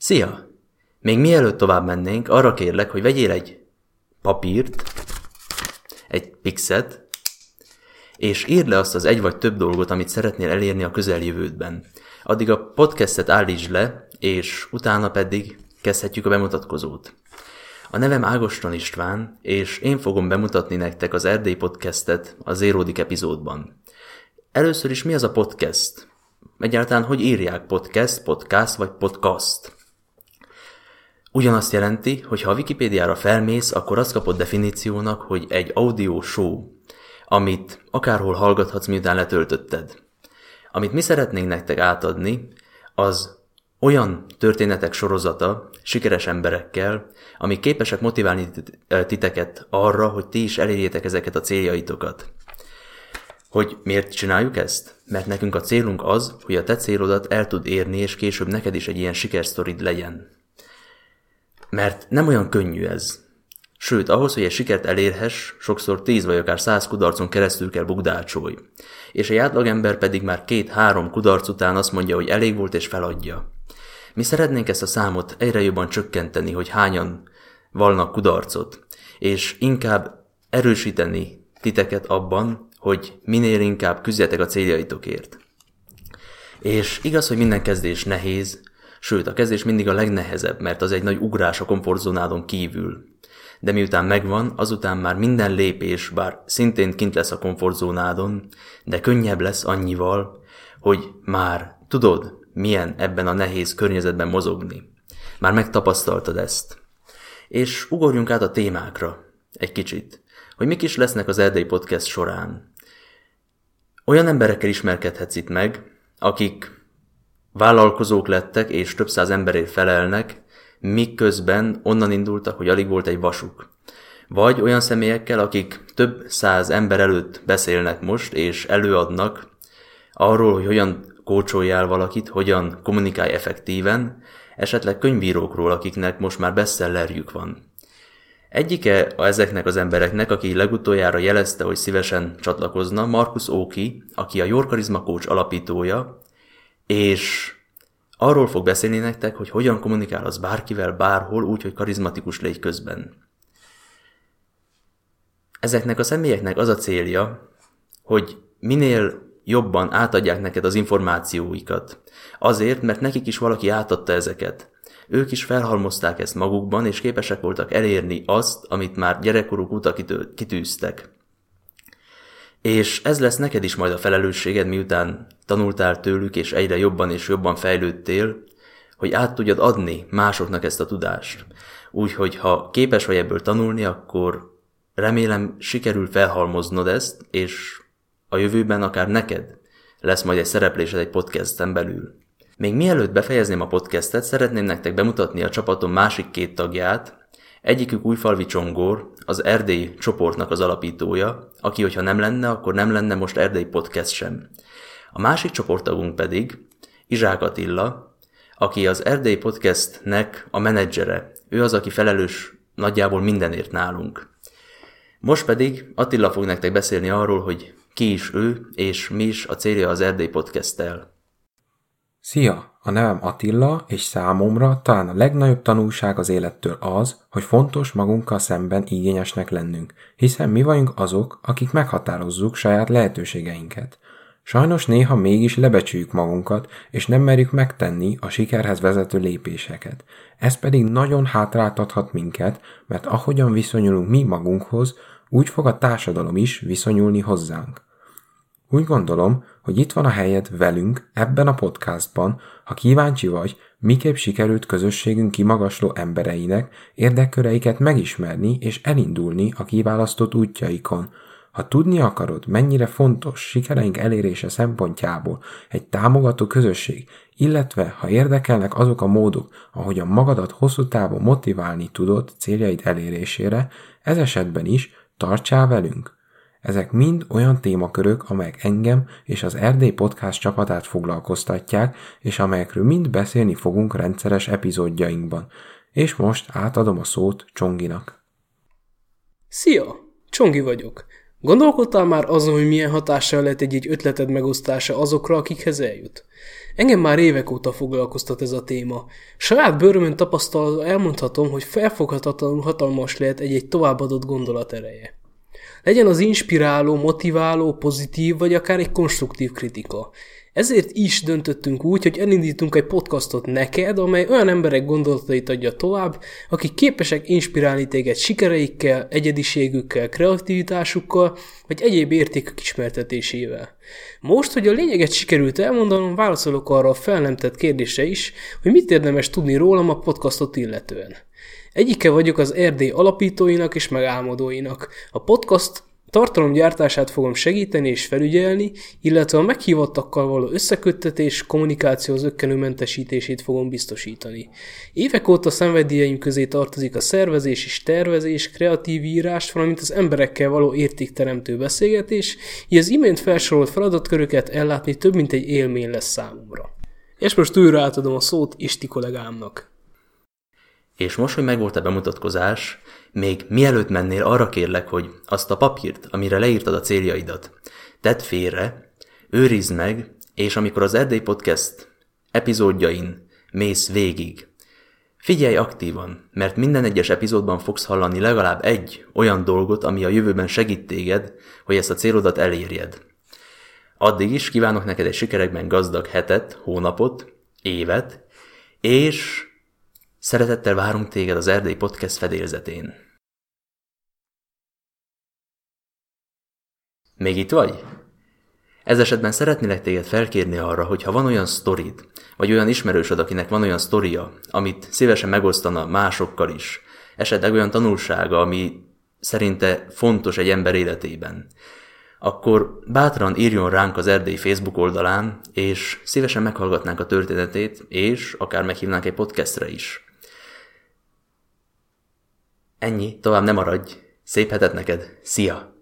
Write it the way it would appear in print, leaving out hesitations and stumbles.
Szia! Még mielőtt tovább mennénk, arra kérlek, hogy vegyél egy papírt, egy pixet, és írd le azt az egy vagy több dolgot, amit szeretnél elérni a közeljövődben. Addig a podcastet állítsd le, és utána pedig kezdhetjük a bemutatkozót. A nevem Ágoston István, és én fogom bemutatni nektek az Erdély podcastet a 0. epizódban. Először is mi az a podcast? Egyáltalán hogy írják podcast vagy podcast? Ugyanazt jelenti, hogy ha a Wikipédiára felmész, akkor azt kapod definíciónak, hogy egy audio show, amit akárhol hallgathatsz, miután letöltötted. Amit mi szeretnénk nektek átadni, az olyan történetek sorozata, sikeres emberekkel, amik képesek motiválni titeket arra, hogy ti is elérjétek ezeket a céljaitokat. Hogy miért csináljuk ezt? Mert nekünk a célunk az, hogy a te célodat el tud érni, és később neked is egy ilyen sikersztorid legyen. Mert nem olyan könnyű ez. Sőt, ahhoz, hogy egy sikert elérhess, sokszor 10 vagy akár 100 kudarcon keresztül kell bukdácsolj. És egy átlagember pedig már 2-3 kudarc után azt mondja, hogy elég volt és feladja. Mi szeretnénk ezt a számot egyre jobban csökkenteni, hogy hányan vallnak kudarcot, és inkább erősíteni titeket abban, hogy minél inkább küzdjetek a céljaitokért. És igaz, hogy minden kezdés nehéz, sőt, a kezdés mindig a legnehezebb, mert az egy nagy ugrás a komfortzónádon kívül. De miután megvan, azután már minden lépés, bár szintén kint lesz a komfortzónádon, de könnyebb lesz annyival, hogy már tudod, milyen ebben a nehéz környezetben mozogni. Már megtapasztaltad ezt. És ugorjunk át a témákra egy kicsit, hogy mik is lesznek az Erdély Podcast során. Olyan emberekkel ismerkedhetsz itt meg, akik vállalkozók lettek és több száz emberért felelnek, miközben onnan indultak, hogy alig volt egy vasuk. Vagy olyan személyekkel, akik több száz ember előtt beszélnek most, és előadnak arról, hogy hogyan kócsoljál valakit, hogyan kommunikálj effektíven, esetleg könyvírókról, akiknek most már bestsellerjük van. Egyike ezeknek az embereknek, aki legutoljára jelezte, hogy szívesen csatlakozna, Marcus Oki, aki a Your Charisma Coach alapítója, és arról fog beszélni nektek, hogy hogyan kommunikálsz bárkivel, bárhol, úgy, hogy karizmatikus légy közben. Ezeknek a személyeknek az a célja, hogy minél jobban átadják neked az információikat. Azért, mert nekik is valaki átadta ezeket. Ők is felhalmozták ezt magukban, és képesek voltak elérni azt, amit már gyerekkoruk óta kitűztek. És ez lesz neked is majd a felelősséged, miután tanultál tőlük, és egyre jobban és jobban fejlődtél, hogy át tudjad adni másoknak ezt a tudást. Úgyhogy ha képes vagy ebből tanulni, akkor remélem sikerül felhalmoznod ezt, és a jövőben akár neked lesz majd egy szereplésed egy podcasten belül. Még mielőtt befejezném a podcastet, szeretném nektek bemutatni a csapatom másik 2 tagját. Egyikük Újfalvi Csongor, az Erdély csoportnak az alapítója, aki, hogyha nem lenne, akkor nem lenne most Erdély Podcast sem. A másik csoporttagunk pedig Izsák Attila, aki az Erdély Podcastnek a menedzsere. Ő az, aki felelős nagyjából mindenért nálunk. Most pedig Attila fog nektek beszélni arról, hogy ki is ő, és mi is a célja az Erdély Podcast-tel. Szia! A nevem Attila, és számomra talán a legnagyobb tanulság az élettől az, hogy fontos magunkkal szemben igényesnek lennünk, hiszen mi vagyunk azok, akik meghatározzuk saját lehetőségeinket. Sajnos néha mégis lebecsüljük magunkat, és nem merjük megtenni a sikerhez vezető lépéseket. Ez pedig nagyon hátráltathat minket, mert ahogyan viszonyulunk mi magunkhoz, úgy fog a társadalom is viszonyulni hozzánk. Úgy gondolom, hogy itt van a helyed velünk ebben a podcastban, ha kíváncsi vagy, miképp sikerült közösségünk kimagasló embereinek érdekköreiket megismerni és elindulni a kiválasztott útjaikon. Ha tudni akarod, mennyire fontos sikereink elérése szempontjából egy támogató közösség, illetve ha érdekelnek azok a módok, ahogyan magadat hosszú távon motiválni tudod céljaid elérésére, ez esetben is tartsál velünk. Ezek mind olyan témakörök, amelyek engem és az Erdély Podcast csapatát foglalkoztatják, és amelyekről mind beszélni fogunk rendszeres epizódjainkban. És most átadom a szót Csonginak. Szia! Csongi vagyok. Gondolkodtál már azon, hogy milyen hatással lehet egy ötleted megosztása azokra, akikhez eljut? Engem már évek óta foglalkoztat ez a téma. Saját bőrömön tapasztalva elmondhatom, hogy felfoghatatlanul hatalmas lehet egy továbbadott gondolat ereje. Legyen az inspiráló, motiváló, pozitív, vagy akár egy konstruktív kritika. Ezért is döntöttünk úgy, hogy elindítunk egy podcastot neked, amely olyan emberek gondolatait adja tovább, akik képesek inspirálni téged sikereikkel, egyediségükkel, kreativitásukkal, vagy egyéb értékük ismertetésével. Most, hogy a lényeget sikerült elmondanom, válaszolok arra a fel nem tett kérdésre is, hogy mit érdemes tudni rólam a podcastot illetően. Egyike vagyok az Erdély alapítóinak és megálmodóinak. A podcast tartalomgyártását fogom segíteni és felügyelni, illetve a meghívottakkal való összeköttetés, kommunikáció zökkenőmentesítését fogom biztosítani. Évek óta szenvedélyeim közé tartozik a szervezés és tervezés, kreatív írás, valamint az emberekkel való értékteremtő beszélgetés, így az imént felsorolt feladatköröket ellátni több mint egy élmény lesz számomra. És most újra átadom a szót Isti kollégámnak. És most, hogy megvolt a bemutatkozás, még mielőtt mennél, arra kérlek, hogy azt a papírt, amire leírtad a céljaidat, tedd félre, őrizd meg, és amikor az Erdély Podcast epizódjain mész végig, figyelj aktívan, mert minden egyes epizódban fogsz hallani legalább egy olyan dolgot, ami a jövőben segít téged, hogy ezt a célodat elérjed. Addig is kívánok neked egy sikerekben gazdag hetet, hónapot, évet, és szeretettel várunk téged az Erdély Podcast fedélzetén. Még itt vagy? Ez esetben szeretnélek téged felkérni arra, hogy ha van olyan sztorid, vagy olyan ismerősöd, akinek van olyan sztoria, amit szívesen megosztana másokkal is, esetleg olyan tanulsága, ami szerinte fontos egy ember életében, akkor bátran írjon ránk az Erdély Facebook oldalán, és szívesen meghallgatnánk a történetét, és akár meghívnánk egy podcastre is. Ennyi, tovább ne maradj. Szép hetet neked. Szia!